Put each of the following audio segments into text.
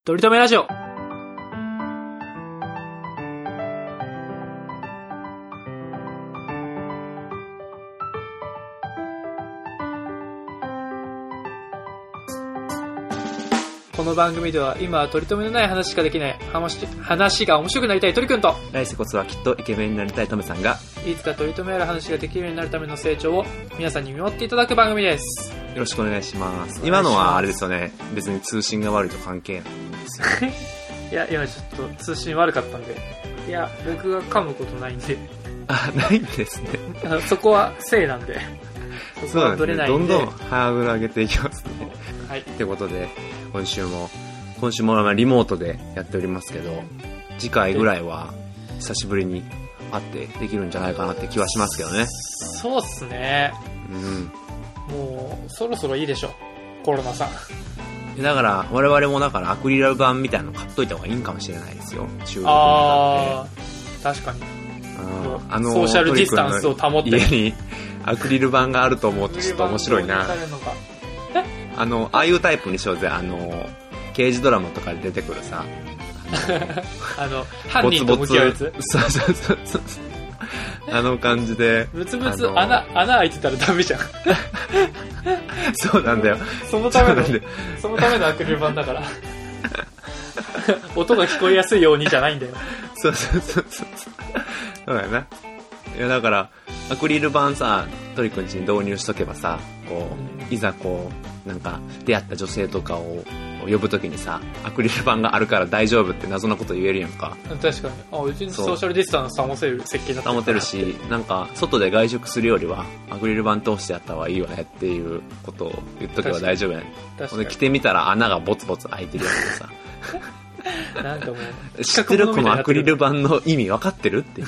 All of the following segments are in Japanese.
とりとめラジオ。この番組では今は取り留めのない話しかできない話が面白くなりたい鳥くんと、 来世こそはきっとイケメンになりたいトメさんが、 いつか取り留めある話ができるようになるための成長を皆さんに見守っていただく番組です。 よろしくお願いします。今のはあれですよね、別に通信が悪いと関係ないんですよね。 いや、今ちょっと通信悪かったんで、いや、僕が噛むことないんで、 ないんですね。 そこは正なんで、そこはブレないんで、 どんどんハードル上げていきますね。 はい。 ってことで今週もリモートでやっておりますけど、次回ぐらいは久しぶりに会ってできるんじゃないかなって気はしますけどね。 そうっすね。もうそろそろいいでしょ、コロナさん。 だから我々もアクリル板みたいなの買っといた方がいいんかもしれないですよ、収録にあー、確かに。ソーシャルディスタンスを保って家にアクリル板があると思うとちょっと面白いな。ああいうタイプにしようぜ。刑事ドラマとかで出てくるさ、 犯人と向き合うやつ。 そうあの感じでブツブツ穴開いてたらダメじゃん。 そうなんだよ。 そのためのアクリル板だから。音が聞こえやすいようにじゃないんだよ。 そうそうだよな。いやだからアクリル板さ、トリくんちに導入しとけばさ、いざ出会った女性とかを呼ぶときにさ、アクリル板があるから大丈夫って謎のこと言えるやんか。 確かに。うちにソーシャルディスタンス保てる設計だった。 保てるし、外で外食するよりはアクリル板通してやった方がいいよねっていうことを言っとけば大丈夫やね。で着てみたら穴がボツボツ開いてるやつでさ。 なんかもう知ってるこのアクリル板の意味分かってるっていう。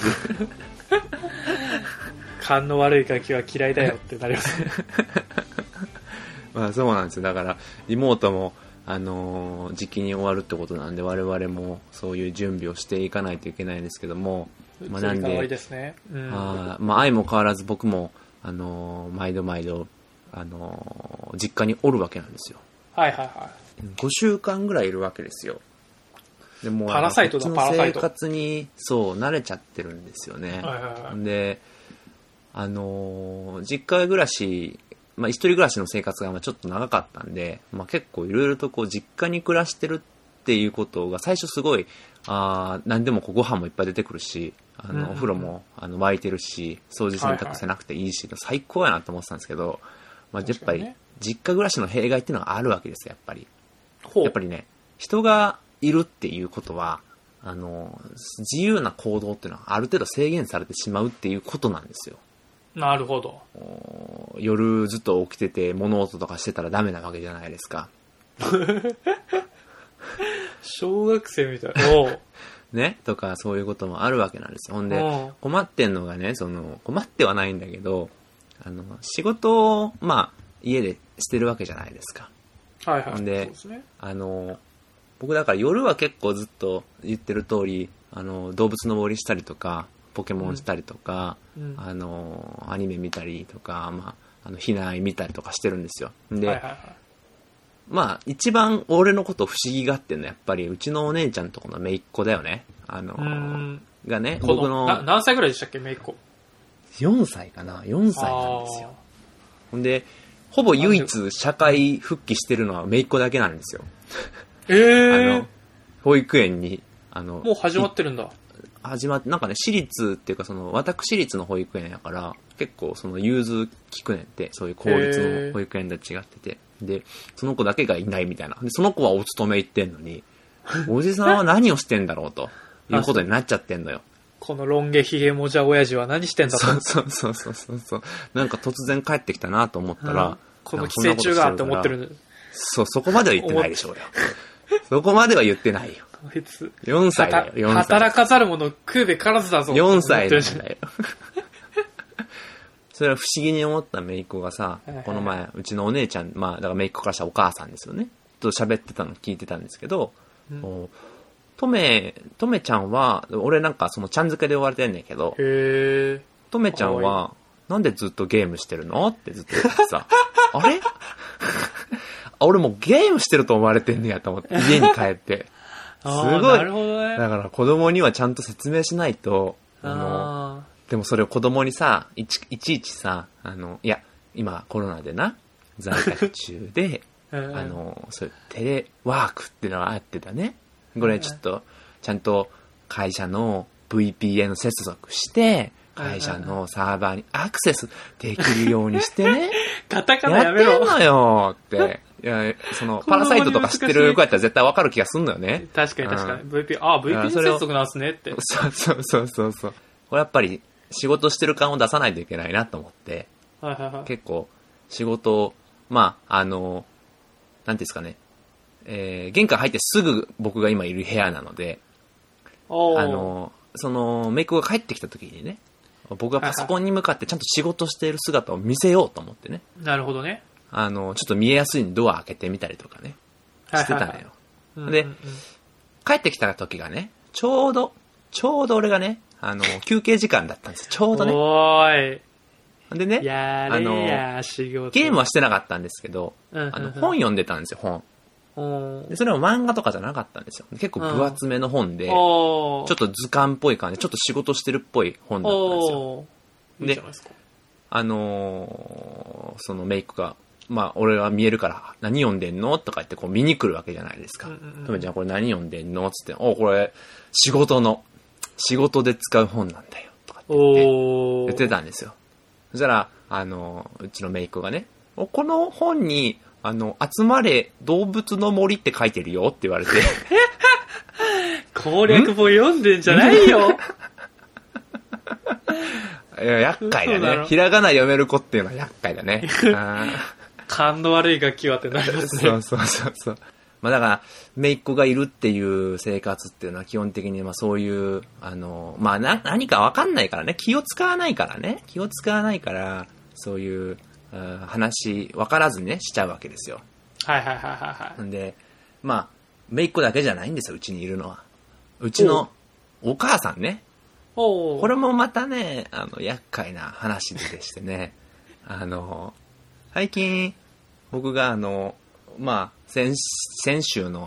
勘の悪いガキは嫌いだよってなりますね。 まあそうなんですよ。だからリモートも時期に終わるってことなんで、我々もそういう準備をしていかないといけないんですけども、 なんでですね。 相も変わらず僕も毎度実家におるわけなんですよ。 はいはいはい。 5週間ぐらいいるわけですよ。でもパラサイトだ、 パラサイト。生活に慣れちゃってるんですよね。 はいはいはい。 で実家暮らし、一人暮らしの生活がちょっと長かったんで、結構いろいろと実家に暮らしてるっていうことが最初すごい、何でもご飯もいっぱい出てくるし、お風呂も沸いてるし、掃除洗濯せなくていいし、最高やなと思ってたんですけど、やっぱり実家暮らしの弊害っていうのがあるわけですよ、やっぱり。やっぱりね、人がいるっていうことは、自由な行動っていうのはある程度制限されてしまうっていうことなんですよ。 なるほど。 夜ずっと起きてて物音とかしてたらダメなわけじゃないですか。 小学生みたい。 ね、とかそういうこともあるわけなんですよ。ほんで困ってんのがね、困ってはないんだけど、仕事を家でしてるわけじゃないですか。 はいはい。 ほんで、 そうですね。 僕だから夜は結構ずっと言ってる通り動物の森したりとかポケモンしたりとか、アニメ見たりとか、避難見たりとかしてるんですよ。で、一番俺のこと不思議がってんのはやっぱりうちのお姉ちゃんとこの姪っ子だよね。がね、僕の何歳ぐらいでしたっけ、姪っ子。 4歳かな、4歳なんですよ。ほんでほぼ唯一社会復帰してるのは姪っ子だけなんですよ。保育園にもう始まってるんだ。 始まって、私立っていうか私立の保育園やから結構融通きくねんって、そういう公立の保育園と違ってて、でその子だけがいないみたいな。でその子はお勤め行ってんのにおじさんは何をしてんだろうということになっちゃってんのよ。 このロン毛ひげもじゃ親父は何してんだと。 そう突然帰ってきたなと思ったら、 この寄生虫がって思ってる。 そこまでは言ってないでしょうよ。そこまでは言ってないよ。4歳だよ、4歳。 働かざる者食うべからずだぞ。 4歳なんだよ。それは不思議に思った姪っ子がさ、この前、うちのお姉ちゃん、だから姪っ子からしたらお母さんですよね。と喋ってたの聞いてたんですけど、とめちゃんは、俺ちゃん付けで呼ばれてんねんけど、とめちゃんは、なんでずっとゲームしてるのってずっと言ってさ、あれ俺もうゲームしてると思われてんねやと思って、家に帰って。すごい。 なるほどね。 だから子供にはちゃんと説明しないと、でもそれを子供にさ、いちいちさ、いや、今コロナでな、在宅中で、そういうテレワークっていうのがあってたね。これちょっと、ちゃんと会社の VPN 接続して、会社のサーバーにアクセスできるようにしてね。 カタカナやめろ。 やってんのよって。いや、パラサイトとか知ってる子やったら絶対わかる気がすんのよね。 確かに。VPN 接続なんすねって。 そう。これやっぱり仕事してる感を出さないといけないなと思って。結構仕事を、なんていうんですかね。玄関入ってすぐ僕が今いる部屋なので、そのメイクが帰ってきた時にね、僕がパソコンに向かってちゃんと仕事している姿を見せようと思ってね。 なるほどね。 ちょっと見えやすいようにドア開けてみたりとかね、してたのよ。で、帰ってきた時がね、ちょうど俺がね、休憩時間だったんですよ。ちょうどね。 おーい。 でね、 仕事。 ゲームはしてなかったんですけど、本読んでたんですよ、本。でそれも漫画とかじゃなかったんですよ。結構分厚めの本で、ちょっと図鑑っぽい感じで、ちょっと仕事してるっぽい本だったんですよ。 いいじゃないですか。 そのメイクが、俺が見えるから何読んでんのとか言ってこう見に来るわけじゃないですか。とめちゃんこれ何読んでんのつって、これ仕事で使う本なんだよ。とかって言ってたんですよ。そしたら、うちのメイクがね、この本に、集まれ動物の森って書いてるよって言われて。 攻略本読んでんじゃないよ。 いや、厄介だね。ひらがな読める子っていうのは厄介だね。 勘の悪い楽器はってなりますね。 そう。だから、メイクがいるっていう生活っていうのは基本的にそういう、何かわかんないからね。気を使わないから、そういう、話、わからずにね、しちゃうわけですよ。 はい。 で、メイクだけじゃないんですよ、うちにいるのは。うちのお母さんね。これもまたね、厄介な話でしてね。最近、僕が先週の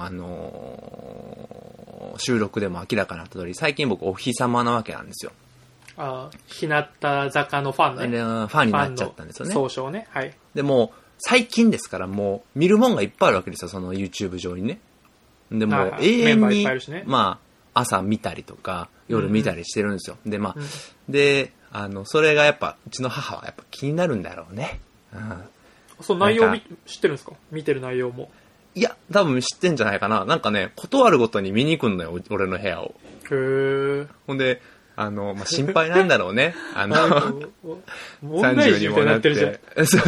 収録でも明らかになった通り、最近僕お日様なわけなんですよ。 日向坂のファンね。 ファンになっちゃったんですよね。 総称ね。はい。 でも、最近ですからもう見るもんがいっぱいあるわけですよ、その YouTube 上にね。でも、永遠に、朝見たりとか、夜見たりしてるんですよ。で、それがやっぱ、うちの母はやっぱ気になるんだろうね。 その内容知ってるんですか？見てる内容も。 いや、多分知ってんじゃないかな。なんかね、ことあるごとに見に行くんだよ、俺の部屋を。ほんで、心配なんだろうね。30にもなって。そう。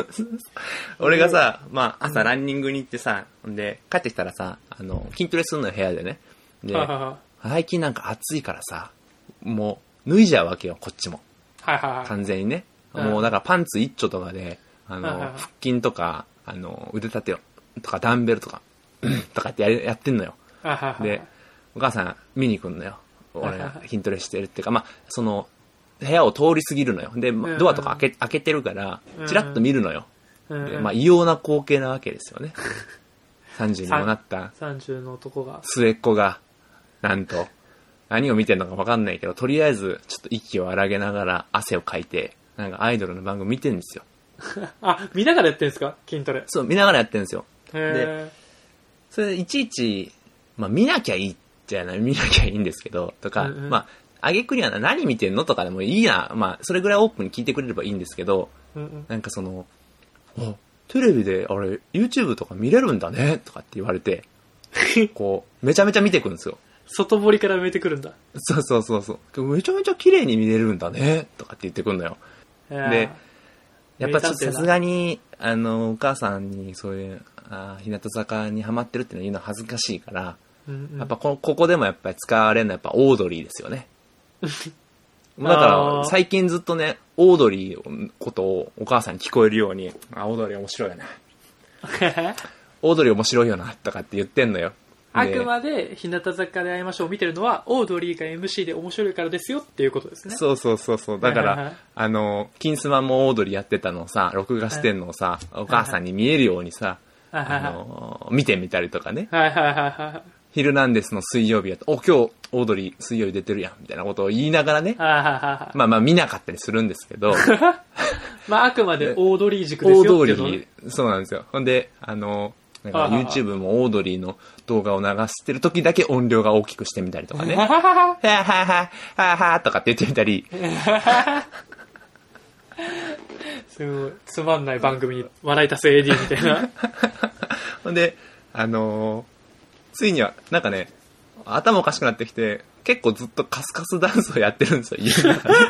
俺がさ、朝ランニングに行ってさ、で、帰ってきたらさ、筋トレするのよ、部屋でね。で、最近なんか暑いからさ、もう、脱いじゃうわけよ、こっちも。完全にね。もう、だからパンツ一丁とかで、腹筋とか、腕立てとか、ダンベルとか、とかってやってんのよ。で、お母さん見に行くんだよ。俺が筋トレしてるっていうか、その、部屋を通り過ぎるのよ。で、ドアとか開けてるから、チラッと見るのよ。で、異様な光景なわけですよね。30にもなった。 30の男が。 末っ子が、なんと、何を見てるのか分かんないけど、とりあえず、ちょっと息を荒げながら、汗をかいて、なんかアイドルの番組見てるんですよ。 見ながらやってるんですか？筋トレ。 そう、見ながらやってるんですよ。で、それでいちいち、見なきゃいい見なきゃいいんですけど、とか、あげくには何見てんのとかでもいいな、それぐらいオープンに聞いてくれればいいんですけど、なんかその、テレビであれ、YouTube とか見れるんだね、とかって言われて、こう、めちゃめちゃ見てくるんですよ。 外堀から見てくるんだ。 そう。めちゃめちゃ綺麗に見れるんだね、とかって言ってくるのよ。で、やっぱちょっとさすがに、お母さんにそういう、日向坂にハマってるっていうの言うのは恥ずかしいから、やっぱここでもやっぱり使われるのはやっぱオードリーですよね。だから最近ずっとね、オードリーのことをお母さんに聞こえるように、オードリー面白いよな。オードリー面白いよな、とかって言ってんのよ。 あくまで日向坂で会いましょう見てるのは、オードリーが MC で面白いからですよっていうことですね。 そう。だから、金スマもオードリーやってたのをさ、録画してんのをさ、お母さんに見えるようにさ、 見てみたりとかね。 はいはいはいはい。 ヒルナンデスの水曜日やと、今日、オードリー水曜日出てるやん、みたいなことを言いながらね。 はいはいはい。 まあ見なかったりするんですけど。 まああくまでオードリー軸ですよっていうの。 オードリー、そうなんですよ。ほんで、なんか YouTube もオードリーの動画を流してる時だけ音量が大きくしてみたりとかね。はははははとかって言ってみたり。 すごい、つまんない番組に笑い足す AD みたいな。 ほんで、ついには、なんかね、頭おかしくなってきて、結構ずっとカスカスダンスをやってるんですよ、家の中で。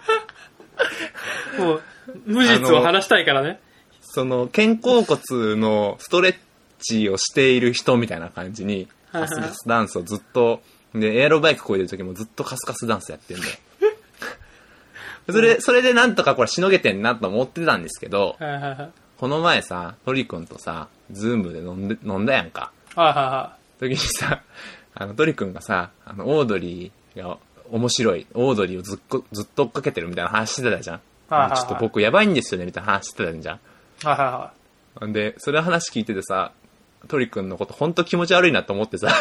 もう、無実を晴らしたいからね。 その、肩甲骨のストレッチをしている人みたいな感じに、カスカスダンスをずっと、で、エアロバイク漕いでる時もずっとカスカスダンスやってるんだよ。それでなんとかこれしのげてんなと思ってたんですけど、この前さ、トリ君とさ、ズームで飲んだやんか。時にさ、トリ君がさ、オードリーが面白い、オードリーをずっと追っかけてるみたいな話してたじゃん。ちょっと僕やばいんですよね、みたいな話してたじゃん。で、それ話聞いててさ、トリ君のことほんと気持ち悪いなと思ってさ。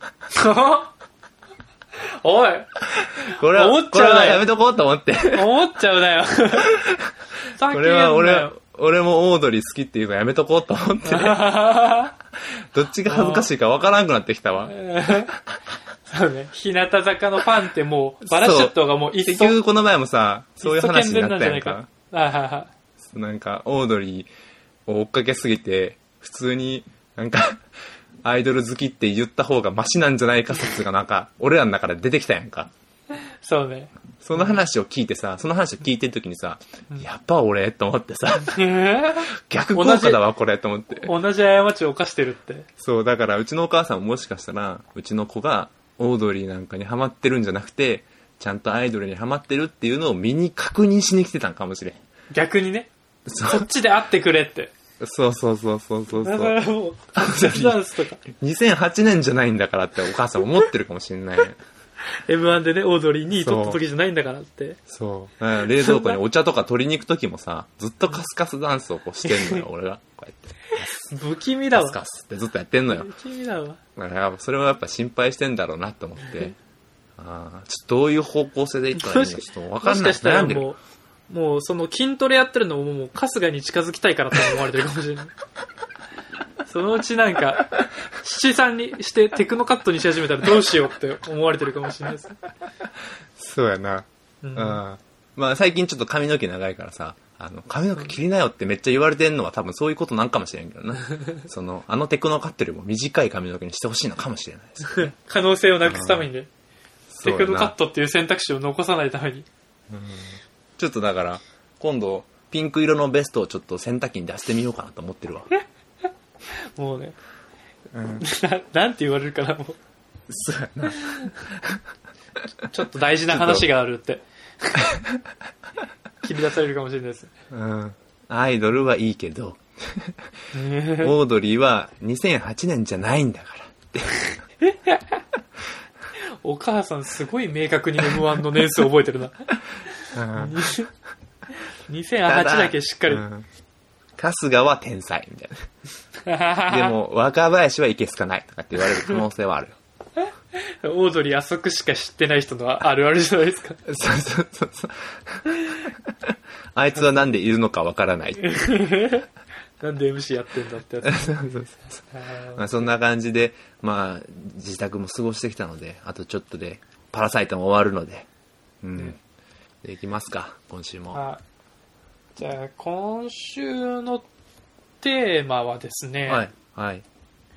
おいこれはやめとこうと思って。 思っちゃうなよ。 これは俺もオードリー好きっていうのやめとこうと思って。どっちが恥ずかしいかわからんくなってきたわ。 そうね。日向坂のファンってもう、バラシュットがもう一結局この前もさ、そういう話になったやんか。 なんか、オードリーを追っかけすぎて、普通になんか、アイドル好きって言った方がマシなんじゃないか説がなんか、俺らの中で出てきたやんか。 そうね。 その話を聞いてさ、その話を聞いてる時にさ、やっぱ俺と思ってさ、逆効果だわこれと思って。 同じ過ちを犯してるって。 そう、だからうちのお母さんももしかしたら、うちの子がオードリーなんかにハマってるんじゃなくて、ちゃんとアイドルにハマってるっていうのを身に確認しに来てたんかもしれん。 逆にね。こっちで会ってくれって。 そう。 だからもう、ダンスとか。 2008年じゃないんだからってお母さん思ってるかもしれない。 M1 でね、オードリー2位取った時じゃないんだからって。 そう。冷蔵庫にお茶とか取りに行く時もさ、ずっとカスカスダンスをこうしてんのよ、俺が。こうやって。 不気味だわ。 カスカスってずっとやってんのよ。 不気味だわ。 だからそれはやっぱ心配してんだろうなと思って。ちょっとどういう方向性でいったらいいのちょっと分かんない。 もしかしたらもうその筋トレやってるのももう春日に近づきたいからと思われてるかもしれない。そのうちなんか、七三にしてテクノカットにし始めたらどうしようって思われてるかもしれないです。 そうやな。まあ最近ちょっと髪の毛長いからさ、髪の毛切りなよってめっちゃ言われてんのは多分そういうことなんかもしれんけどな。テクノカットよりも短い髪の毛にしてほしいのかもしれないです、ね。 可能性をなくすためにね。テクノカットっていう選択肢を残さないために。 ちょっとだから、今度、ピンク色のベストをちょっと洗濯機に出してみようかなと思ってるわ。 もうね、なんて言われるかな、もう。 そうやな。 ちょっと大事な話があるって。切り出されるかもしれないです。 アイドルはいいけど、オードリーは2008年じゃないんだからって。 お母さんすごい明確に M1 の年数覚えてるな。2008だけしっかり。 春日は天才みたいな。でも若林はいけすかないとかって言われる可能性はあるよ。 オードリーあそこしか知ってない人のあるあるじゃないですか。 そうあいつはなんでいるのかわからない。 なんで MC やってんだってやつ。 そんな感じで、まあ、自宅も過ごしてきたので、あとちょっとでパラサイトも終わるので、できますか、今週も。 じゃあ、今週のテーマはですね、 はい。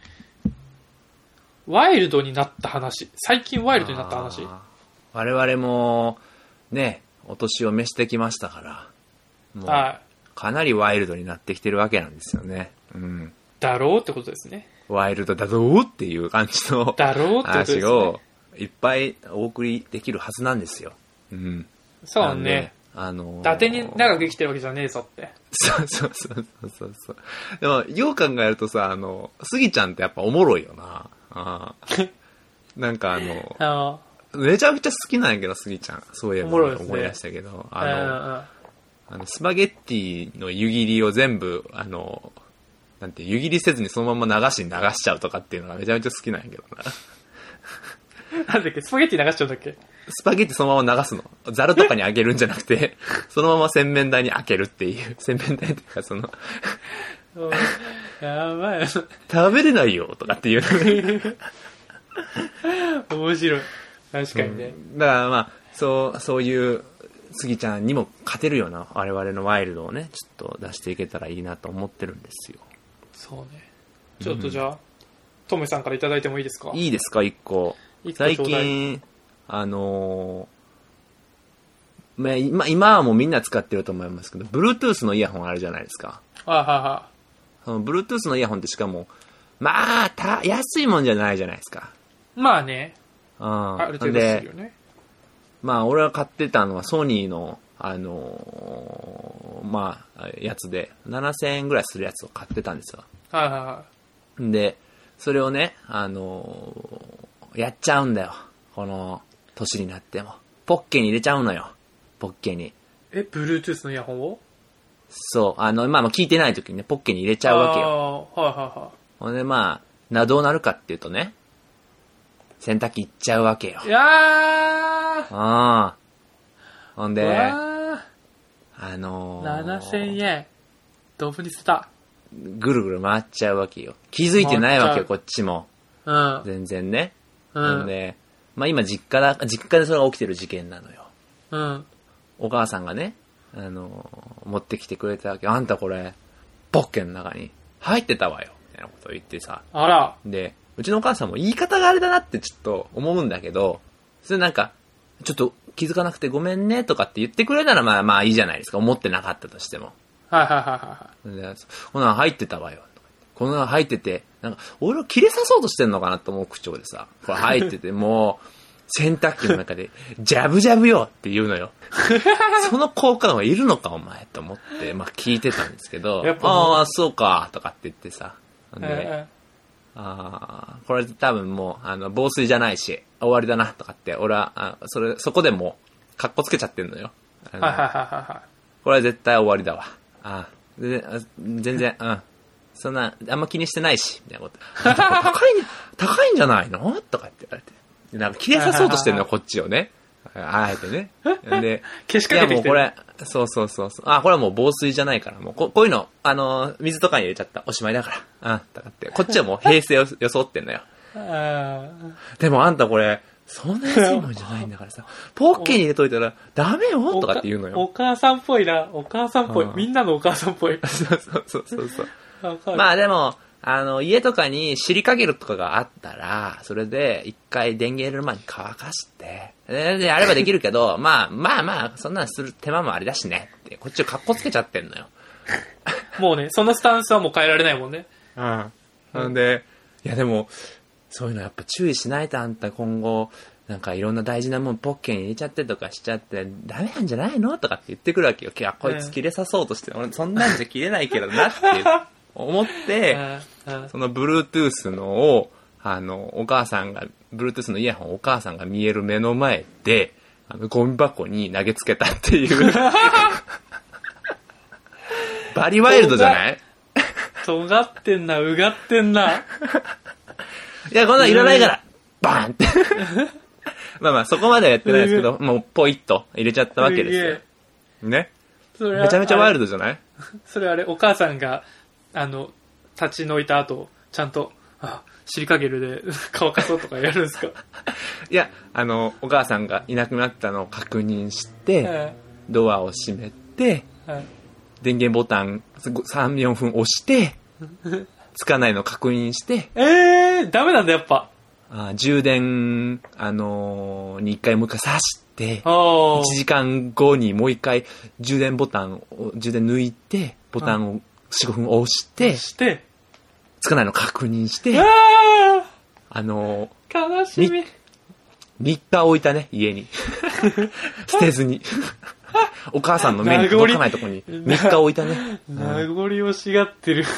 ワイルドになった話。最近ワイルドになった話。 我々も、ね、お年を召してきましたから、もう、かなりワイルドになってきてるわけなんですよね。 だろうってことですね。 ワイルドだろうっていう感じの話をいっぱいお送りできるはずなんですよ。 そうね。伊達に長く生きてるわけじゃねえぞって。 そう。でも、よう考えるとさ、スギちゃんってやっぱおもろいよな。なんかめちゃくちゃ好きなんやけど、スギちゃん。そういえば思い出したけど、スパゲッティの湯切りを全部、 なんて湯切りせずにそのまま流しに流しちゃうとかっていうのがめちゃめちゃ好きなんやけどな。 なんだっけ、スパゲッティ流しちゃうんだっけ。 スパゲッティそのまま流すの。ザルとかにあげるんじゃなくて、そのまま洗面台に開けるっていう。洗面台っていうかやばいな。 食べれないよとかっていうの面白い。確かにね。 だからまあ、そういうスギちゃんにも勝てるような我々のワイルドをね、ちょっと出していけたらいいなと思ってるんですよ。 そうね。ちょっとじゃあ、トムさんからいただいてもいいですか？ いいですか、一個。最近、今はもうみんな使ってると思いますけど、Bluetooth のイヤホンあるじゃないですか。その Bluetooth のイヤホンってしかも、まあ、安いもんじゃないじゃないですか。 まあね。 ある程度するよね。 まあ、俺が買ってたのはソニーの、まあ、やつで、7000円ぐらいするやつを買ってたんですよ。で、それをね、やっちゃうんだよ。この、年になっても。ポッケに入れちゃうのよ。ポッケに。 Bluetooth のイヤホンを？ そう。まあ、聞いてない時にね、ポッケに入れちゃうわけよ。ほんで、まあ、どうなるかっていうとね、洗濯機行っちゃうわけよ。 いやーほんで、 7000円。ドブに捨てた。 ぐるぐる回っちゃうわけよ。気づいてないわけよ、こっちも。全然ね。ほんで、まあ今実家でそれが起きてる事件なのよ。お母さんがね、持ってきてくれたわけ。あんたこれ、ポッケの中に入ってたわよ。みたいなことを言ってさ。 あら。 で、うちのお母さんも言い方があれだなってちょっと思うんだけど、それなんか、ちょっと気づかなくてごめんねとかって言ってくれたらまあいいじゃないですか。思ってなかったとしても。で、こんなの入ってたわよ。こんなの入ってて、なんか、俺を切れさそうとしてんのかなと思う口調でさ、これ入ってて、もう、洗濯機の中で、ジャブジャブよって言うのよ。その効果がいるのかお前と思って、まあ聞いてたんですけど、ああ、そうか、とかって言ってさ、で、これ多分もう、防水じゃないし、終わりだな、とかって、俺は、そこでもう、カッコつけちゃってんのよ。これは絶対終わりだわ。全然、そんな、あんま気にしてないし、みたいなこと。高いんじゃないのとかって言われて。なんか切れさそうとしてんの、こっちをね。あえてね。で、 消しかけてきてる。 いやもうこれ、そう。これはもう防水じゃないから、もうこういうの、水とかに入れちゃったおしまいだから。とかって。こっちはもう平成を装ってんのよ。でもあんたこれ、そんな安いもんじゃないんだからさ、ポッケに入れといたらダメよとかって言うのよ。 お母さんっぽいな。お母さんっぽい。みんなのお母さんっぽい。 そう。まあでも、家とかに尻かけるとかがあったら、それで一回電源入れる前に乾かして、で、やればできるけど、まあ、そんなのする手間もありだしねって、こっちをカッコつけちゃってんのよ。 もうね、そのスタンスはもう変えられないもんね。 なんで、いやでも、そういうのやっぱ注意しないとあんた今後、なんかいろんな大事なもんポッケに入れちゃってとかしちゃって、ダメなんじゃないのとかって言ってくるわけよ。いや、こいつ切れさそうとして、俺そんなんじゃ切れないけどなって思って、その Bluetooth のを、お母さんが、Bluetooth のイヤホンをお母さんが見える目の前で、ゴミ箱に投げつけたっていう。バリワイルドじゃない？ 尖ってんな、うがってんな。 いや、こんなんいらないから、バーンって。まあ、そこまではやってないですけど、もうポイッと入れちゃったわけですよ。ね。めちゃめちゃワイルドじゃない？ それあれ、お母さんが、立ち退いた後、ちゃんと、尻かけるで乾かそうとかやるんですか？ いや、お母さんがいなくなったのを確認して、ドアを閉めて、電源ボタン3、4分押して、つかないの確認して、 ダメなんだやっぱ。 充電、に一回もう一回挿して、1時間後にもう一回充電抜いて、ボタンを4、5分押して、つかないの確認して、 悲しみ。 3日置いたね、家に。捨てずに。お母さんの目に届かないとこに3日置いたね。 名残惜しがってる。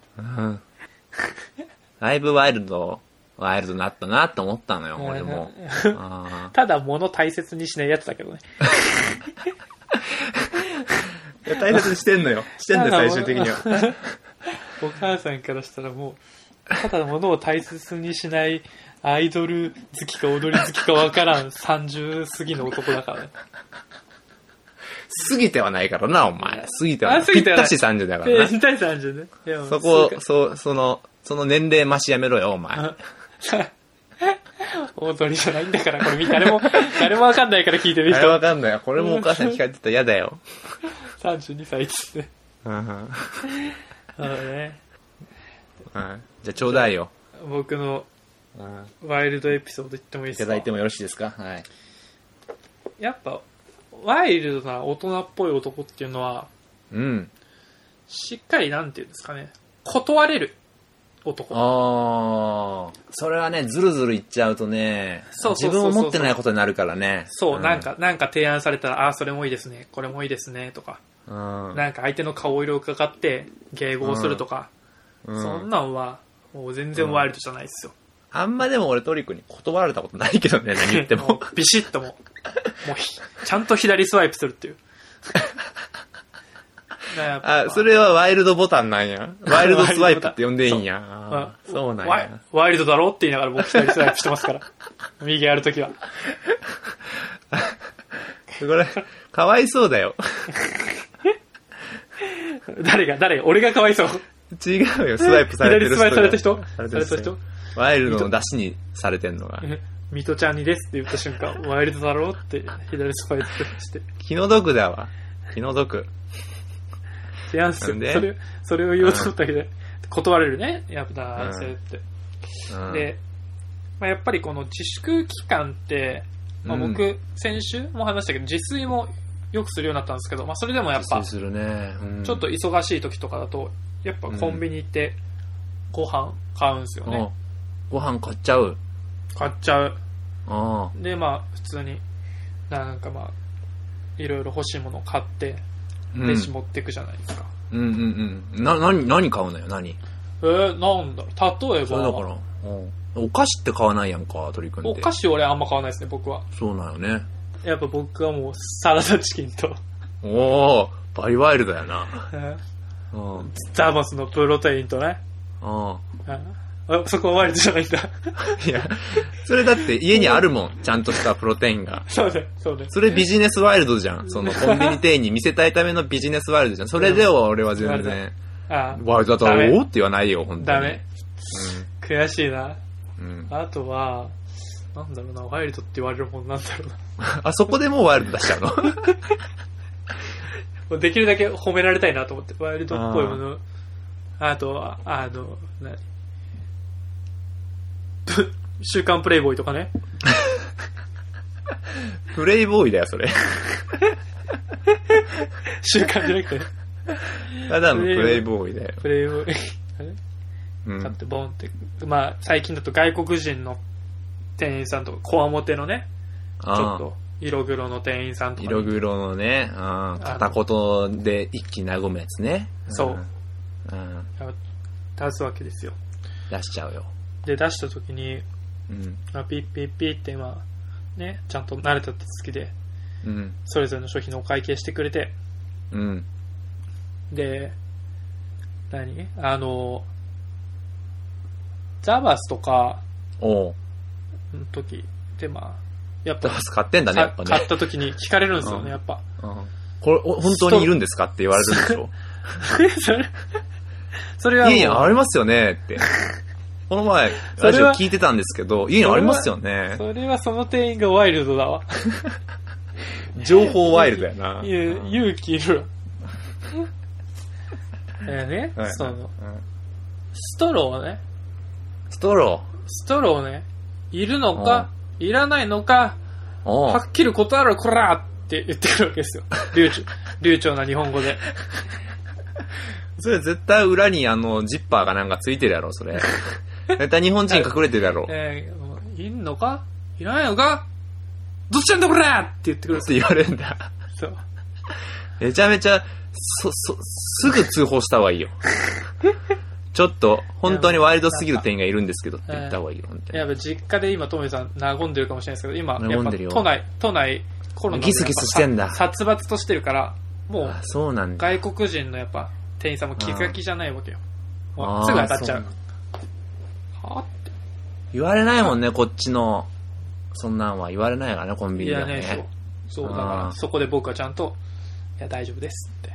だいぶワイルドになったなって思ったのよ、俺も。 ただ物大切にしないやつだけどね。 いや大切にしてんのよ。してんだよ、最終的には。 お母さんからしたらもうただ物を大切にしないアイドル好きか踊り好きかわからん30過ぎの男だからね。 過ぎてはないからな、お前。過ぎてはない。 過ぎてはないぴったし30だからな。 ぴったし30ね。いやそこ、その年齢増しやめろよ、お前。 踊りじゃないんだから、これ誰もわかんないから聞いてる人。 あれわかんないよ。これもお母さんに聞かれてたら嫌だよ。 32歳っつって。ね。 じゃあちょうだいよ。 僕のワイルドエピソード言ってもいいですか？ いただいてもよろしいですか？はい。 やっぱ、ワイルドな大人っぽい男っていうのは、 うん。 しっかりなんていうんですかね、断れる男。 それはね、ずるずる言っちゃうとね、自分を持ってないことになるからね。 そう、なんか提案されたら、それもいいですね、これもいいですね、とか。なんか相手の顔色を伺って迎合するとか、そんなんはもう全然ワイルドじゃないですよ。 あんまでも俺トリコに断られたことないけどね、何言っても。 ビシッともうちゃんと左スワイプするっていう。 それはワイルドボタンなんや。ワイルドスワイプって呼んでいいんや。そうなんや。 ワイルドだろって言いながら僕左スワイプしてますから。右やるときは。 これ、かわいそうだよ。 誰が俺がかわいそう。 違うよ、スワイプされてる人。 左スワイプされた人された人ワイルドの出しにされてんのが。 ミトちゃんにですって言った瞬間、ワイルドだろって左スワイプして。 気の毒だわ。気の毒。 違うんですよ。それを言おうと思ったけど、断れるね、やっぱ男性って。で、やっぱりこの自粛期間って、僕、先週も話したけど、自炊もよくするようになったんですけど、それでもやっぱ、ちょっと忙しい時とかだと、やっぱコンビニ行ってご飯買うんですよね。 ご飯買っちゃう。 買っちゃう。で、普通に、いろいろ欲しいものを買って、飯持っていくじゃないですか。 何買うのよ、何？ なんだろう、例えば。 それだから、お菓子って買わないやんか、鳥くんって。 お菓子俺あんま買わないですね、僕は。 そうなのね。 やっぱ僕はもうサラダチキンと。 バリワイルドやな。 ザバスのプロテインとね。そこはワイルドじゃないんだ。 いや、それだって家にあるもん、ちゃんとしたプロテインが。 そうね。 それビジネスワイルドじゃん。そのコンビニ店員に見せたいためのビジネスワイルドじゃん。それでは俺は全然、ワイルドだろうって言わないよ、本当に。 ダメ。悔しいな。あとは、なんだろうな、ワイルドって言われるもんなんだろうな。 そこでもうワイルド出しちゃうの？ できるだけ褒められたいなと思って、ワイルドっぽいもの。あとは、週刊プレイボーイとかね。 プレイボーイだよ、それ。 週刊じゃなくてね。 ただのプレイボーイだよ。 プレイボーイ。買ってボンって。最近だと外国人の店員さんとか、こわもてのね、ちょっと色黒の店員さんとか。 色黒のね、片言で一気に和むやつね。 そう。出すわけですよ。 出しちゃうよ。 で、出した時に、ピッピッピッってね、ちゃんと慣れた手つきで、それぞれの商品のお会計してくれて、で、ザバスとかの時で、やっぱザバス買ってんだね、やっぱね。 買った時に聞かれるんですよね、やっぱ。 これ本当にいるんですかって言われるんでしょ？ それはもう家にありますよねって。この前ラジオ聞いてたんですけど、家にありますよね。 それはその店員がワイルドだわ。 情報ワイルドやな。 勇気いるわ。ね、ストローね。ストローね、いるのかいらないのか、はっきり断るこらって言ってくるわけですよ。流暢な日本語で。 それ絶対裏にジッパーがなんかついてるやろ、それ。絶対日本人隠れてるやろ。 いんのかいらないのかどっちなんだこらって言ってくる。 って言われるんだ。 そう。 めちゃめちゃ、すぐ通報した方がいいよ。ちょっと、本当にワイルドすぎる店員がいるんですけどって言った方がいいよ、本当に。 やっぱ実家で今、トメさん、和んでるかもしれないですけど、今、やっぱ都内、コロナギスギスしてんだ。 殺伐としてるから、もう、 そうなんだ。 外国人のやっぱ、店員さんも気が気じゃないわけよ。 もうすぐ当たっちゃう。はって言われないもんね、こっちの。そんなんは言われないからね、コンビニではね。 いやね、そう。だからそこで僕はちゃんと、いや大丈夫ですって。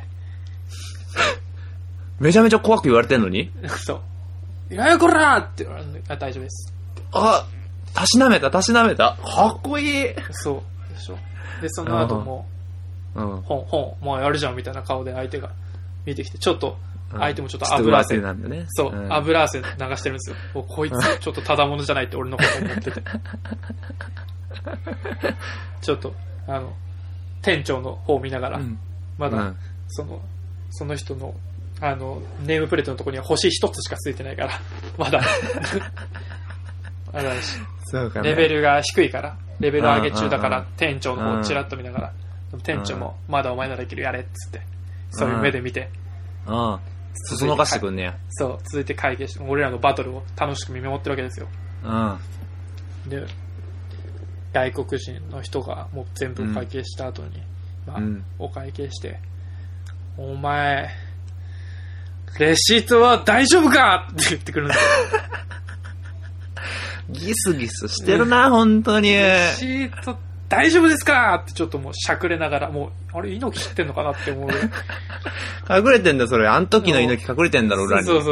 めちゃめちゃ怖く言われてんのにそう。いやこらーって言われるのに、大丈夫です。 あ、たしなめた。かっこいい。 そうでしょ。で、その後も、もうやるじゃんみたいな顔で相手が見てきて、ちょっと、相手もちょっと油汗なんだね。そう、油汗流してるんですよ。こいつ、ちょっとただものじゃないって俺のこと思ってて。ちょっと、店長の方を見ながら、まだ、その人の、ネームプレートのところには星一つしかついてないから、まだ、そうかね、レベルが低いから、レベル上げ中だから、店長の方をチラッと見ながら、店長も、まだお前ならできる、やれっつって、そういう目で見て、そそのかしてくんねや。そう、続いて会計して、俺らのバトルを楽しく見守ってるわけですよ。で、外国人の人がもう全部会計した後に、お会計して、お前、レシートは大丈夫かって言ってくるんですよ。 ギスギスしてるな、本当に。 レシート大丈夫ですかってちょっともうしゃくれながら、もう、あれ、猪木知ってんのかなって思う。 隠れてんだ、それ。あん時の猪木隠れてんだろ、裏に。 そう。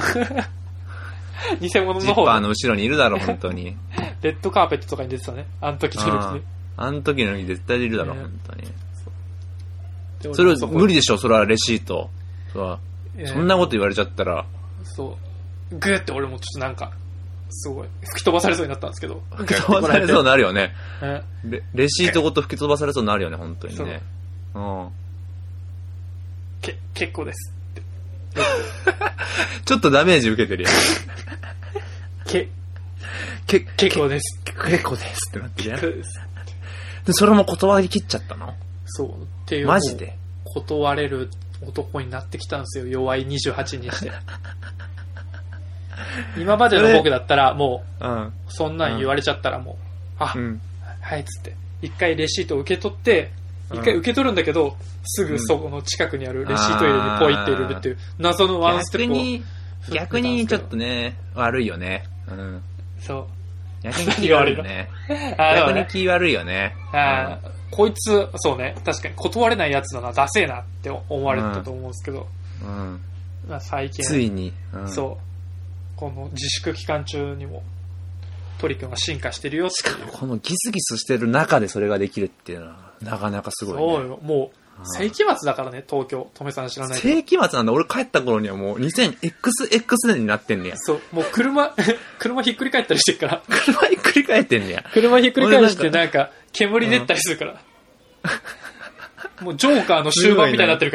偽物の方ジッパーの後ろにいるだろ、本当に。 レッドカーペットとかに出てたね。あん時の猪木ね。 あん時の猪木絶対いるだろ、本当に。それ無理でしょ、それはレシート。そんなこと言われちゃったら。 そう。グーって俺もちょっとなんか、すごい、吹き飛ばされそうになったんですけど。 吹き飛ばされそうになるよね。レシートごと吹き飛ばされそうになるよね、本当にね。 結構ですって。 ちょっとダメージ受けてるやん。 結構です。 結構ですってなってるやん。で、それも断り切っちゃったの？ そう。っていう。 マジで？ 断れる男になってきたんですよ。弱い28にして。今までの僕だったらもう、そんなん言われちゃったらもう、はいっつって、一回レシートを受け取って、一回受け取るんだけど、すぐそこの近くにあるレシート入れにポイって入れるっていう謎のワンステップを。 逆にちょっとね、悪いよね。 そう。 逆に気悪いよね。逆に気悪いよね。 こいつ、そうね、確かに断れないやつだな、ダセえなって思われたと思うんですけど、最近、 ついに、 そう。この自粛期間中にもトリ君は進化してるよって。 しかもこのギスギスしてる中でそれができるっていうのはなかなかすごいね。 そうよ、もう世紀末だからね、東京。とめさん知らないけど。世紀末なんだ。俺帰った頃にはもう 2000XX 年になってんねや。 そう、もう車ひっくり返ったりしてるから。 車ひっくり返ってんねや。 車ひっくり返してなんか煙出たりするから。もうジョーカーの終盤みたいになってるから。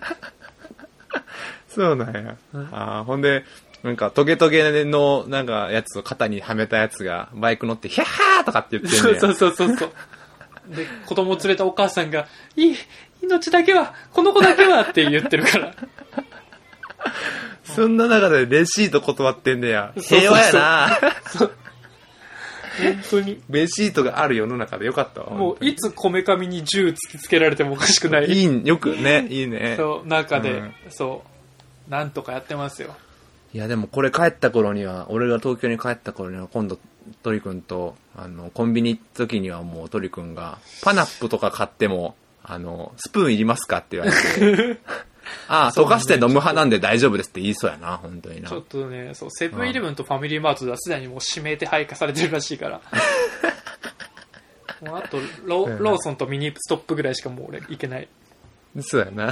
そうなんや。ほんで、なんかトゲトゲのなんかやつを肩にはめたやつがバイク乗ってヒャッハーとかって言ってんねや。 そう。で、子供を連れたお母さんが、命だけは、この子だけはって言ってるから。 そんな中でレシート断ってんねや。平和やな。 本当に。 レシートがある世の中でよかったわ。 もういつこめかみに銃突きつけられてもおかしくない。 よくね、いいね。 そう、中で、なんとかやってますよ。 いやでもこれ帰った頃には、俺が東京に帰った頃には今度トリ君とコンビニ行った時にはもうトリ君がパナップとか買ってもスプーンいりますかって言われて溶かして飲む派なんで大丈夫ですって言いそうやな、本当にな。 ちょっとね、そう、セブンイレブンとファミリーマートではすでにもう指名手配化されてるらしいからもうあとローソンとミニストップぐらいしかもう俺行けない。 そうやな、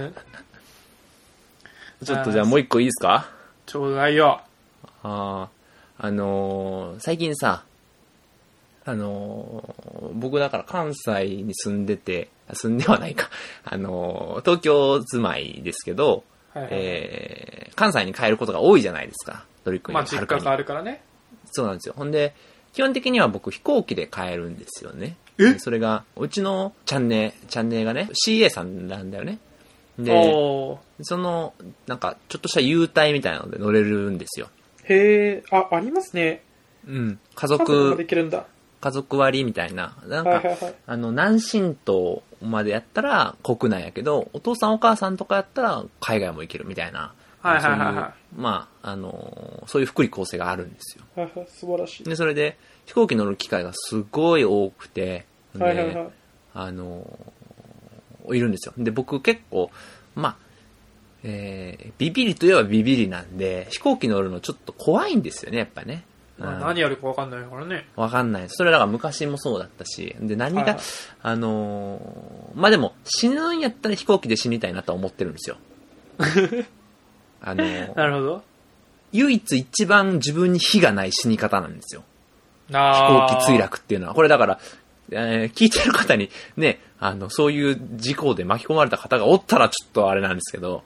ちょっとじゃあもう一個いいですか？ ちょうだいよ。 最近さ、僕だから関西に住んではないか。東京住まいですけど、関西に帰ることが多いじゃないですか。トリックに。 まあ、実家があるからね。 そうなんですよ。ほんで、基本的には僕飛行機で帰るんですよね。それが、うちのチャンネルがね、CA さんなんだよね。で、なんか、ちょっとした優待みたいなので乗れるんですよ。 へー、ありますね。 家族できるんだ。 家族割みたいな。なんか、南信島までやったら国内やけど、お父さんお母さんとかやったら海外も行けるみたいなはいはいはいはそういう福利厚生があるんですよ。 い。はいはい、素晴らしい。 で、それで飛行機乗る機会がすごい多くて、で、 はいはいはい。 いるんですよ。で、僕結構、ビビリといえばビビリなんで、飛行機乗るのちょっと怖いんですよね、やっぱね。 まあ、何やるか分かんないからね。 わかんない。それだから昔もそうだったし、で、何が、 はいでも、死ぬんやったら飛行機で死にたいなとは思ってるんですよ。 なるほど。 唯一一番自分に非がない死に方なんですよ。飛あ行機墜落っていうのは。これだから、聞いてる方にね、そういう事故で巻き込まれた方がおったらちょっとあれなんですけど、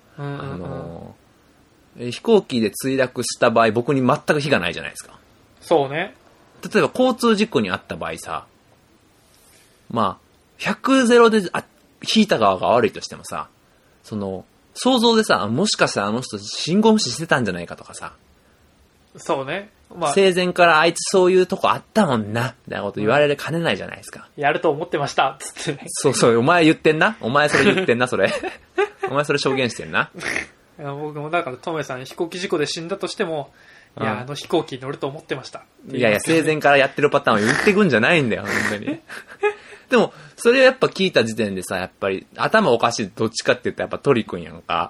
飛行機で墜落した場合、僕に全く非がないじゃないですか。 そうね。 例えば交通事故にあった場合さ、100ゼロで引いた側が悪いとしてもさ、想像でさ、もしかしたらあの人信号無視してたんじゃないかとかさ、 そうね。 生前からあいつそういうとこあったもんな、みたいなこと言われかねないじゃないですか。 やると思ってました、つって。 そう、お前言ってんな。お前それ言ってんな、それ。お前それ証言してんな。 いや僕もだから、トメさん飛行機事故で死んだとしても、いや、飛行機に乗ると思ってました。 いやいや、生前からやってるパターンを言ってくんじゃないんだよ、本当に。でも、それをやっぱ聞いた時点でさ、やっぱり頭おかしい、どっちかって言ったらやっぱトリ君やんか。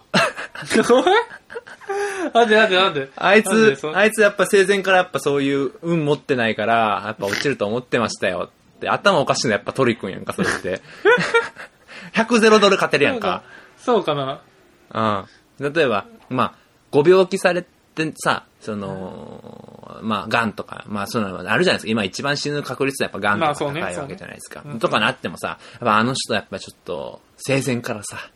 なんであいつやっぱ生前からやっぱそういう運持ってないから、やっぱ落ちると思ってましたよって、頭おかしいのやっぱトリ君やんか、それって。100ゼロドル勝てるやんか。 そうかな。 うん。例えば、ご病気されてさ、ガンとか、そういうのあるじゃないですか。今一番死ぬ確率はやっぱガンとか高いわけじゃないですか。とかなってもさ、やっぱあの人やっぱちょっと、生前からさ、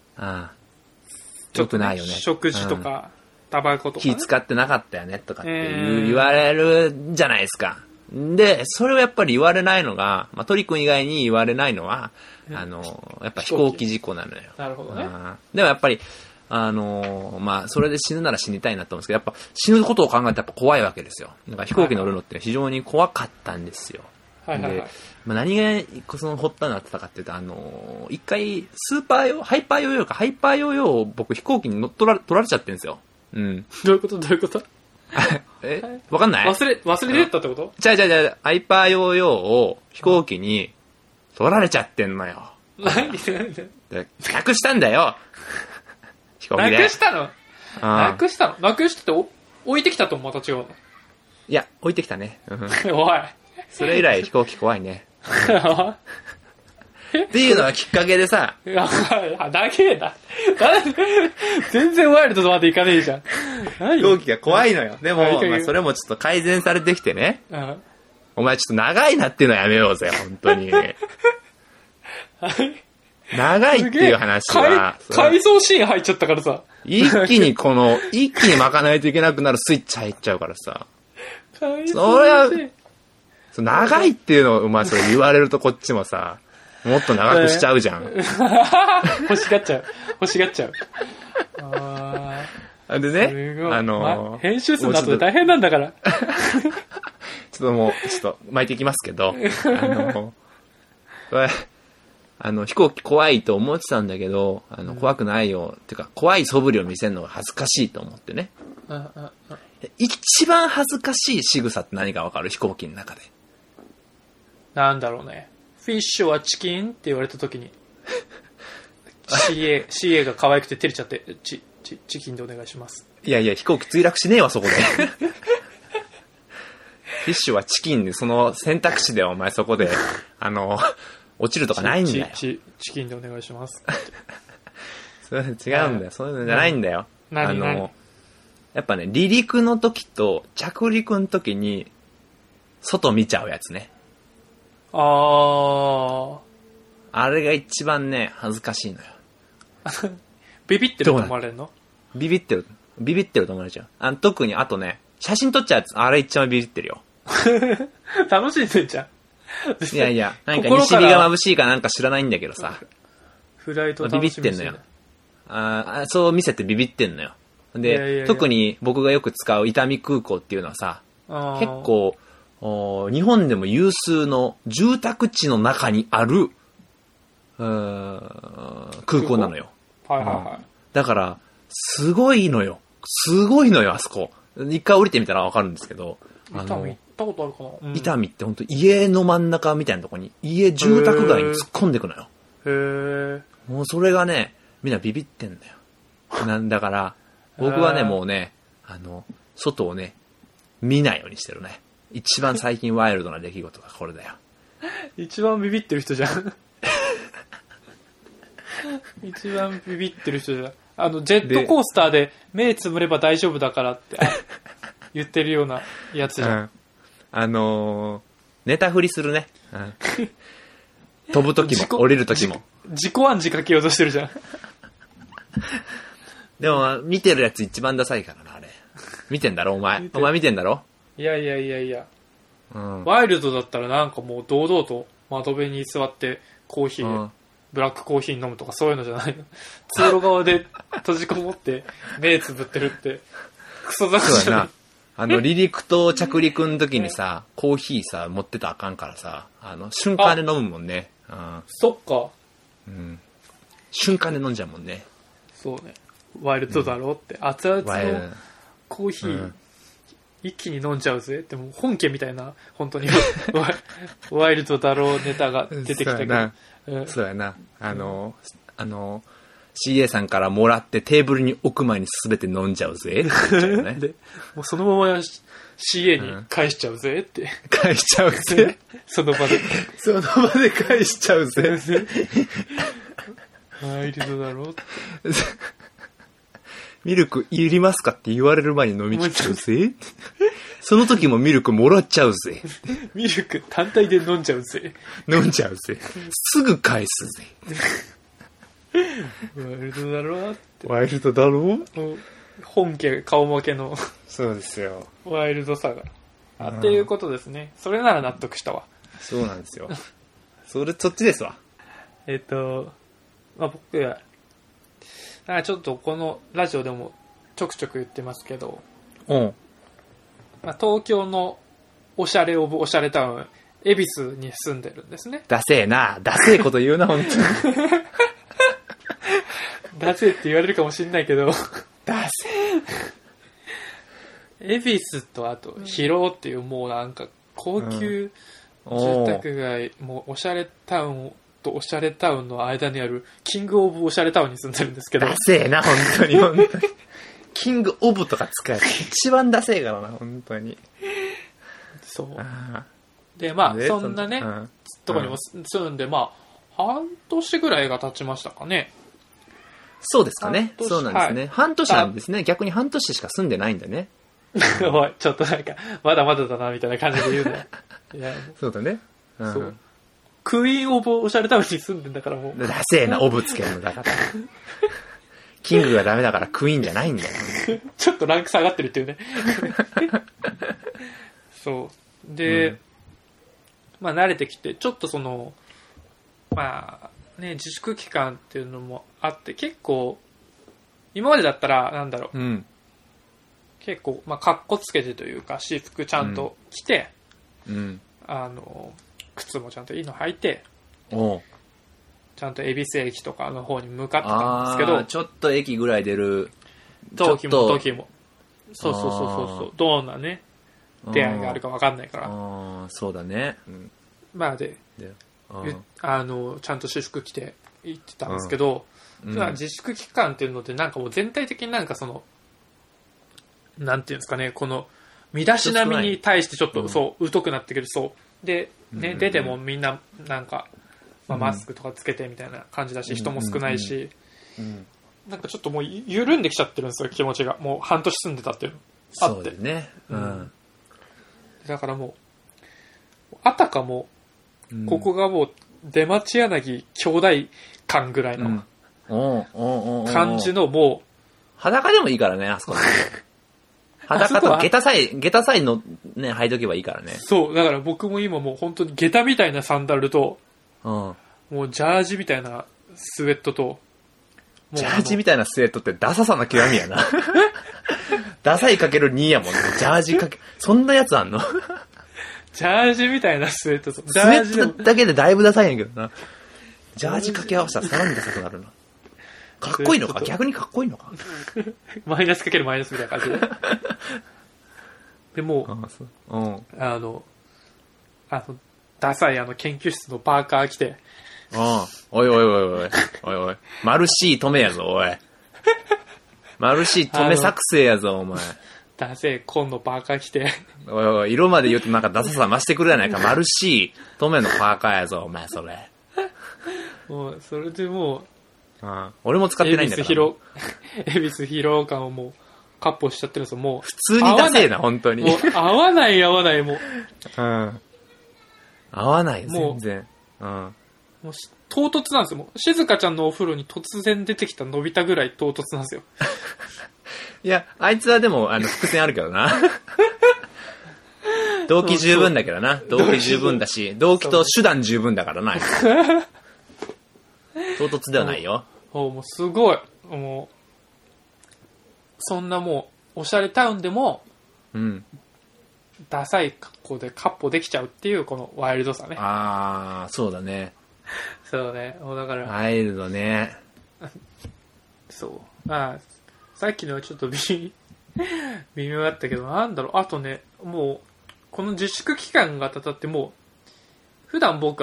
良くないよね。 食事とか、タバコとか、 気使ってなかったよね、とかって言われるじゃないですか。で、それをやっぱり言われないのが、トリ君以外に言われないのは、やっぱ飛行機事故なのよ。 なるほどね。 でもやっぱり、それで死ぬなら死にたいなと思うんですけど、やっぱ死ぬことを考えてやっぱ怖いわけですよ。だから飛行機乗るのって非常に怖かったんですよ。で、何がその発端になってたかっていうと、一回ハイパーヨーヨーを僕飛行機に取られちゃってるんですよ。うん。 どういうことわかんない？ 忘れてたってこと？ ハイパーヨーヨーを飛行機に取られちゃってんのよ。 何でなくしたんだよ。飛行機で。 なくしたのなくして置いてきたとまた違うの？ いや、置いてきたね。 おい。 それ以来飛行機怖いね。っていうのがきっかけでさ。 だけだ。全然ワイルドまでいかねえじゃん。 飛行機が怖いのよ。でも、それもちょっと改善されてきてね。お前ちょっと長いなっていうのはやめようぜ、本当に。長いっていう話は。 改造シーン入っちゃったからさ。 一気に巻かないといけなくなるスイッチ入っちゃうからさ。それは、長いっていうのを、お前それ言われるとこっちもさ、もっと長くしちゃうじゃん。 欲しがっちゃう。 でね、 編集するの後で大変なんだから。 ちょっと巻いていきますけど、飛行機怖いと思ってたんだけど、怖くないよ、っていうか、怖い素振りを見せるのが恥ずかしいと思ってね。一番恥ずかしい仕草って何かわかる？飛行機の中で。 なんだろうね。フィッシュはチキンって言われた時に、CA が可愛くて照れちゃって、チキンでお願いします。 いやいや、飛行機墜落しねえわ、そこで。フィッシュはチキンで、その選択肢でお前そこで、落ちるとかないんだよ。 チキンでお願いします。 それ違うんだよ。そういうのじゃないんだよ。 何やっぱね、離陸の時と着陸の時に、外見ちゃうやつね。あれが一番ね、恥ずかしいのよ。 ビビってると思われるの？ ビビってると思われちゃう。特に、あとね、写真撮っちゃうやつ、あれ一番ビビってるよ。 楽しんでんじゃん。 いやいや、なんか西日が眩しいかなんか知らないんだけどさ。 フライト楽しみにしてる。 ビビってんのよ。そう見せてビビってんのよ。で、特に僕がよく使う伊丹空港っていうのはさ、結構、日本でも有数の住宅地の中にある、空港なのよ。 はいはいはい。 だから、 すごいのよ。すごいのよ、あそこ。一回降りてみたらわかるんですけど。 伊丹行ったことあるかな、 伊丹ってほんと家の真ん中みたいなとこに、住宅街に突っ込んでくのよ。 へえ。 もうそれがね、みんなビビってんだよ。なんだから、僕はね、もうね、外をね、見ないようにしてるね。一番最近ワイルドな出来事がこれだよ。 一番ビビってる人じゃん。一番ビビってる人じゃん。ジェットコースターで目つむれば大丈夫だからって言ってるようなやつじゃん。 ネタ振りするね。飛ぶ時も降りる時も。 自己暗示かけようとしてるじゃん。 でも、見てるやつ一番ダサいからな、あれ。見てんだろ、お前。お前見てんだろ。 いや、ワイルドだったらなんかもう堂々と窓辺に座ってコーヒー、ブラックコーヒー飲むとかそういうのじゃないの。通路側で閉じこもって目つぶってるってクソ雑誌じゃない。 離陸と着陸の時にさ、コーヒーさ、持ってたらあかんからさ、瞬間で飲むもんね。 そっか。 瞬間で飲んじゃうもんね。 そうね。ワイルドだろって。熱々のコーヒー、一気に飲んじゃうぜって、もう本家みたいな、本当にワイルドだろうネタが出てきたけど。 そうやな。CA さんからもらってテーブルに置く前に全て飲んじゃうぜ。ね、 で、もうそのまま CA に返しちゃうぜって。 返しちゃうぜ。 その場で。 その場で返しちゃうぜ。 ワイルドだろって。 ミルクいりますかって言われる前に飲み切っちゃうぜ。その時もミルクもらっちゃうぜ。 ミルク単体で飲んじゃうぜ。 飲んじゃうぜ。すぐ返すぜ。 ワイルドだろって。 ワイルドだろ本家顔負けの。 そうですよ。 ワイルドさが。っていうことですね。それなら納得したわ。 そうなんですよ。そっちですわ。 僕は、なんかちょっとこのラジオでもちょくちょく言ってますけど、東京のおしゃれオブおしゃれタウン、恵比寿に住んでるんですね。 ダセえな。ダセえこと言うな、本当に。 ダセえって言われるかもしれないけど、 ダセえ。恵比寿とあと広尾っていうもうなんか高級住宅街、もうおしゃれタウンとおしゃれタウンの間にあるキングオブおしゃれタウンに住んでるんですけど。 ダセえな、本当に本当に。キングオブとか使える。一番ダセえからな、本当に。 そう。で、そんなね、とこにも住んで、半年ぐらいが経ちましたかね。 そうですかね。そうなんですね。半年なんですね。逆に半年しか住んでないんだね。 おい、ちょっとなんか、まだまだだな、みたいな感じで言うね。いやそうだね。 そう。クイーンオブおしゃれタウンに住んでんだからもう。 ダセえな、オブつけるのだから。キングがダメだからクイーンじゃないんだよ。 ちょっとランク下がってるっていうね。そう。で、慣れてきて、ちょっとその、自粛期間っていうのもあって、結構、今までだったら、結構、かっこつけてというか、私服ちゃんと着て、靴もちゃんといいの履いて、ちゃんと恵比寿駅とかの方に向かってたんですけど、 ちょっと駅ぐらい出る時もそうどんなね出会いがあるか分かんないから、 そうだね、 でちゃんと私服着て行ってたんですけど、自粛期間っていうのでなんかもう全体的になんかそのなんていうんですかね、この身だしなみに対してちょっとそう疎くなってくる。そうでね、出てもみんななんかマスクとかつけてみたいな感じだし、人も少ないし、なんかちょっともう緩んできちゃってるんですよ、気持ちが。もう半年住んでたっていうのあって。 そうだね。 だからもう、あたかも、ここがもう出町柳兄弟館ぐらいの感じのもう、 裸でもいいからね、あそこ。裸と下駄さえのね、履いとけばいいからね。 そう、だから僕も今もう本当に下駄みたいなサンダルと、もうジャージみたいなスウェットと、 ジャージみたいなスウェットってダサさの極みやな。ダサいかける2やもんね。ジャージかけ、そんなやつあんの？ ジャージみたいなスウェットと、 スウェットだけでだいぶダサいんやけどな。ジャージ掛け合わせたらさらにダサくなるな。 かっこいいのか、逆にかっこいいのか。 マイナスかけるマイナスみたいな感じで。でもダサい研究室のパーカー着て、 おいおいおいおいおいおい、マルシー止めやぞ、おい。マルシー止め作成やぞ、お前。 ダセー紺のパーカー着て。 おいおい、色まで言うとなんかダサさ増してくるやないか。マルシー止めのパーカーやぞ、お前、それ。 もう、それでもう、 俺も使ってないんだから。 恵比寿広岡をもう、カッポしちゃってるんですよ、もう。 普通にダセーな、本当に。 もう、合わない、もう。 合わない、全然。もう唐突なんですよ。もう静香ちゃんのお風呂に突然出てきたのび太ぐらい唐突なんですよ。 いや、あいつはでも、伏線あるけどな。動機十分だけどな。動機十分だし、動機と手段十分だからな。唐突ではないよ。 もうすごい。もう、そんなもう、おしゃれタウンでも、ダサい格好でカッポできちゃうっていう、このワイルドさね。 そうだね。 そうね。もうだから。 ワイルドね。 そう。さっきのはちょっと微妙だったけど、なんだろう。あとね、もう、この自粛期間が経ってもう、普段僕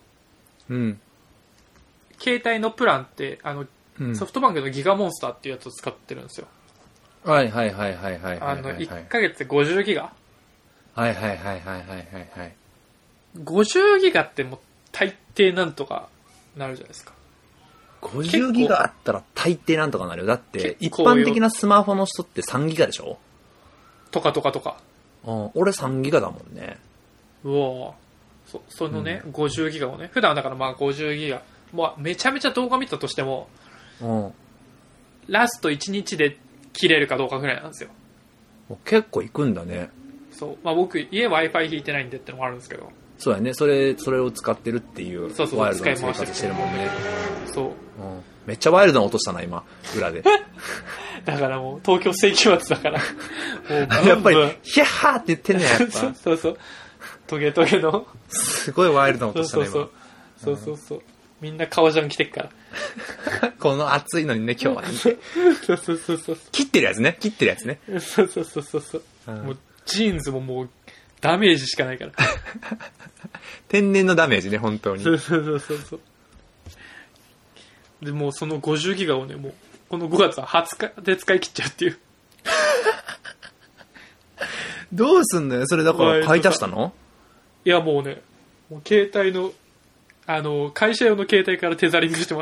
携帯のプランって、ソフトバンクのギガモンスターっていうやつを使ってるんですよ。 はいはいはいはいはい。 1ヶ月で50ギガ。 はいはいはいはいはい。 50ギガってもう大抵なんとかなるじゃないですか。 50ギガあったら大抵なんとかなるよ。だって、一般的なスマホの人って3ギガでしょ？ とか。 俺3ギガだもんね。 うわそのね、50ギガをね、普段だから50ギガ、めちゃめちゃ動画見たとしても、ラスト1日で切れるかどうかぐらいなんですよ。 結構いくんだね。 そう。僕、家 Wi-Fi 引いてないんでってのもあるんですけど。 そうやね。それを使ってるっていう。ワイルドな生活してるもんね。 そう。 めっちゃワイルドな音したな、今。裏で。 だからもう、東京世紀末だから。もうやっぱり、ヒャッハーって言ってんねや、やっぱ。 そう。トゲトゲの。 すごいワイルドな音したね、今。 そう。みんな革ジャン着てっから。 この暑いのにね、今日は、ね。 そう。 切ってるやつね。 そう。もう、ジーンズももう、ダメージしかないから。 天然のダメージね、本当に。 そう。で、もうその50ギガをね、もう、この5月は20日で使い切っちゃうっていう。 どうすんのよ、それだから買い足したの？ いや、もうね、もう携帯の、会社用の携帯からテザリングしてます。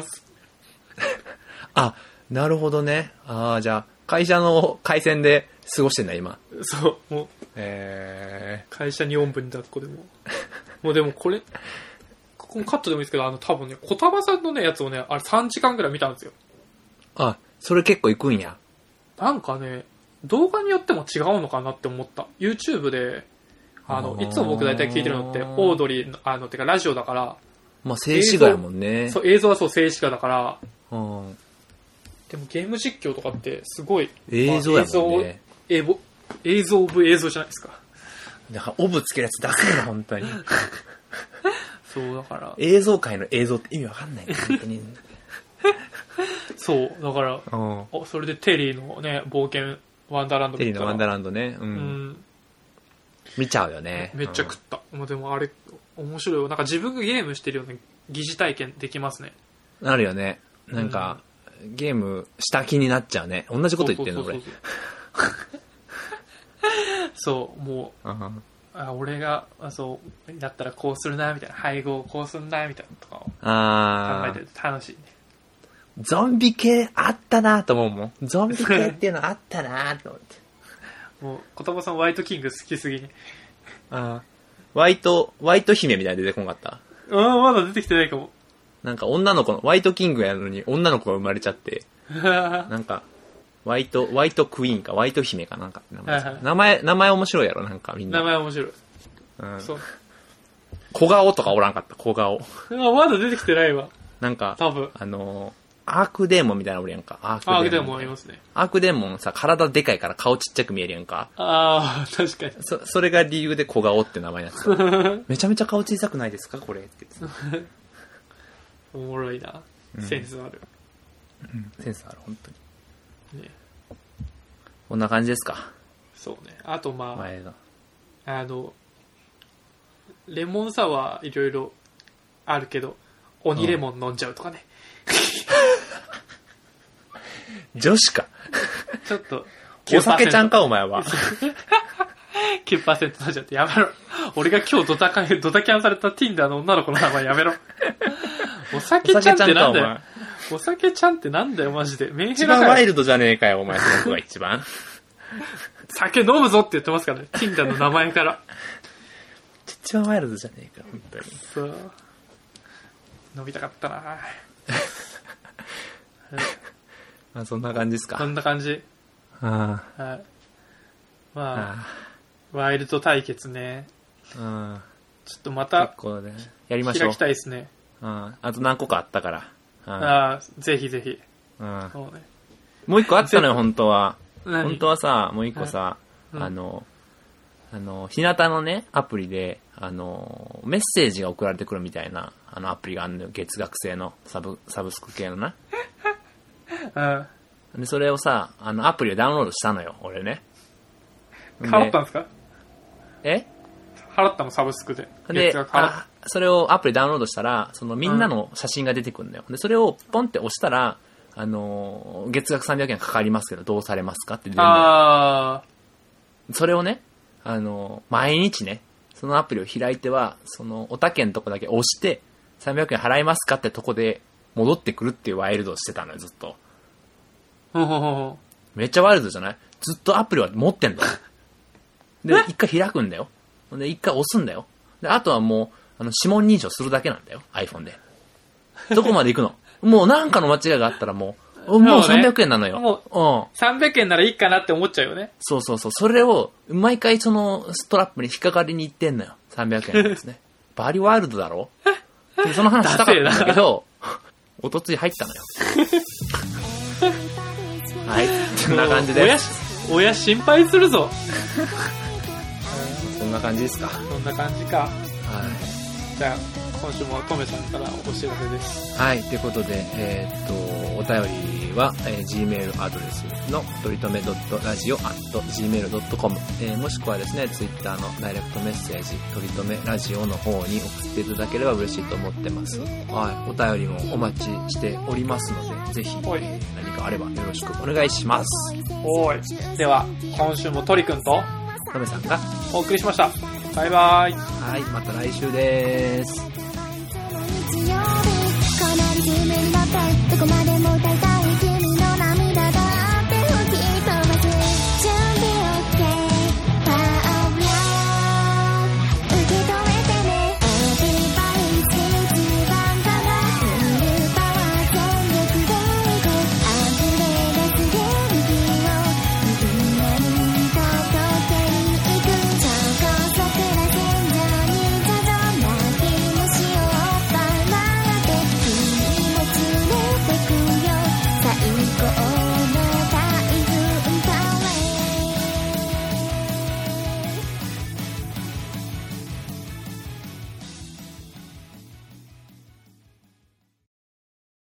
なるほどね。じゃあ、会社の回線で過ごしてんだ、今。 そう、もう。会社におんぶに抱っこでも。もうでもこれ、ここもカットでもいいですけど、多分ね、小束さんのね、やつをね、あれ3時間くらい見たんですよ。 それ結構いくんや。 なんかね、動画によっても違うのかなって思った。YouTube で、いつも僕大体聞いてるのって、オードリー、てかラジオだから、 静止画やもんね。 そう、映像はそう、静止画だから、でもゲーム実況とかってすごい、 映像やもんね。 映像オブ映像じゃないですか。 だからオブつけるやつ出せるの、本当に。 そう、だから。 映像界の映像って意味わかんないね、本当に。 そう、だから、それでテリーのね、冒険ワンダーランドテリーのワンダーランドね。見ちゃうよね。 めっちゃ食った。でもあれ、面白いよ。なんか自分がゲームしてるような疑似体験できますね。 なるよね。なんか、ゲームした気になっちゃうね。同じこと言ってんの、俺。 そう、もう、俺が、だったらこうするな、みたいな。配合こうするな、みたいなとかを考えてると楽しいね。 ゾンビ系あったなと思うもん。ゾンビ系っていうのあったなと思って。 もう、言葉さんワイトキング好きすぎね。 ワイト姫みたいな出てこんかった？ まだ出てきてないかも。 なんか女の子の、ワイトキングやのに女の子が生まれちゃって、なんか、ワイトクイーンか、ワイト姫かなんか名前面白いやろ、なんかみんな。 名前面白い。 そう。小顔とかおらんかった、小顔。 まだ出てきてないわ。 なんか、 多分。 アークデーモンみたいなのおるやんか。 アークデーモンありますね。 アークデーモンさ、体でかいから顔ちっちゃく見えるやんか。 確かに。 それが理由で小顔って名前になってた。めちゃめちゃ顔小さくないですかこれって。 おもろいな。センスある。 センスある、本当に。 ね、 こんな感じですか。 そうね。あとま前が。 あ、レモンサワーいろいろあるけど、鬼レモン飲んじゃうとかね。 女子か。 ちょっと、 お酒ちゃんか、お前は。 9% 飲んじゃってやめろ。俺が今日ドタキャンされた Tinder の女の子の名前やめろ。お酒ちゃんってなんだよ。お酒ちゃんってなんだよ、マジで。メンヘ一ラかよ。 番ワイルドじゃねえかよ、お前、その子が一番。 酒飲むぞって言ってますからね。Tinder の名前から。 一番ワイルドじゃねえか、本当に。 そう。飲みたかったなまあ、そんな感じですか。 こんな感じ。 ああ。 はい。まあ、ワイルド対決ね。 うん。 ちょっとまた、 結構ね、やりましょう。 開きたいですね。 うん。あと何個かあったから。 ああ、ぜひぜひ。 うん。 そうね。 もう一個あったのよ、本当は。 何本当はさ、もう一個さ、 うん日向のね、アプリで、メッセージが送られてくるみたいな、アプリがあるのよ。月額制のサブスク系のな。で、それをさ、アプリをダウンロードしたのよ、俺ね。 払ったんですか？ え？ 払ったの、サブスクで。 で、それをアプリダウンロードしたら、みんなの写真が出てくるんだよ。で、それをポンって押したら、月額300円かかりますけど、どうされますかって出るんだよ。それをね、毎日ね、そのアプリを開いては、おたけんとこだけ押して、300円払いますかってとこで戻ってくるっていうワイルドをしてたのよ、ずっと。めっちゃワイルドじゃない？ずっとアプリは持ってんだよ。で、一回開くんだよ。で、一回押すんだよ。で、あとはもう、指紋認証するだけなんだよ、iPhone で。どこまで行くの？もうなんかの間違いがあったらもう300円なのよ。 もう、300円ならいいかなって思っちゃうよね。 そう。それを、毎回ストラップに引っかかりに行ってんのよ。300円ですね。バリワイルドだろ？でその話したかったんだけど、おとつい入ったのよ。はい。そんな感じです。 親心配するぞ。 そんな感じですか。 そんな感じか。 はい。 じゃあ、今週もトメさんからお知らせです。 はい。ということで、お便りは、Gmail アドレスのとりとめ .radio@gmail.com、もしくはですね、Twitter のダイレクトメッセージ、とりとめラジオの方に送っていただければ嬉しいと思ってます。はい。お便りもお待ちしておりますので、ぜひ、何かあればよろしくお願いします。 おい。では、今週もトリくんと、 トメさんがお送りしました。バイバイ。 はい。また来週です。 かなり有名になったどこまでも歌いたい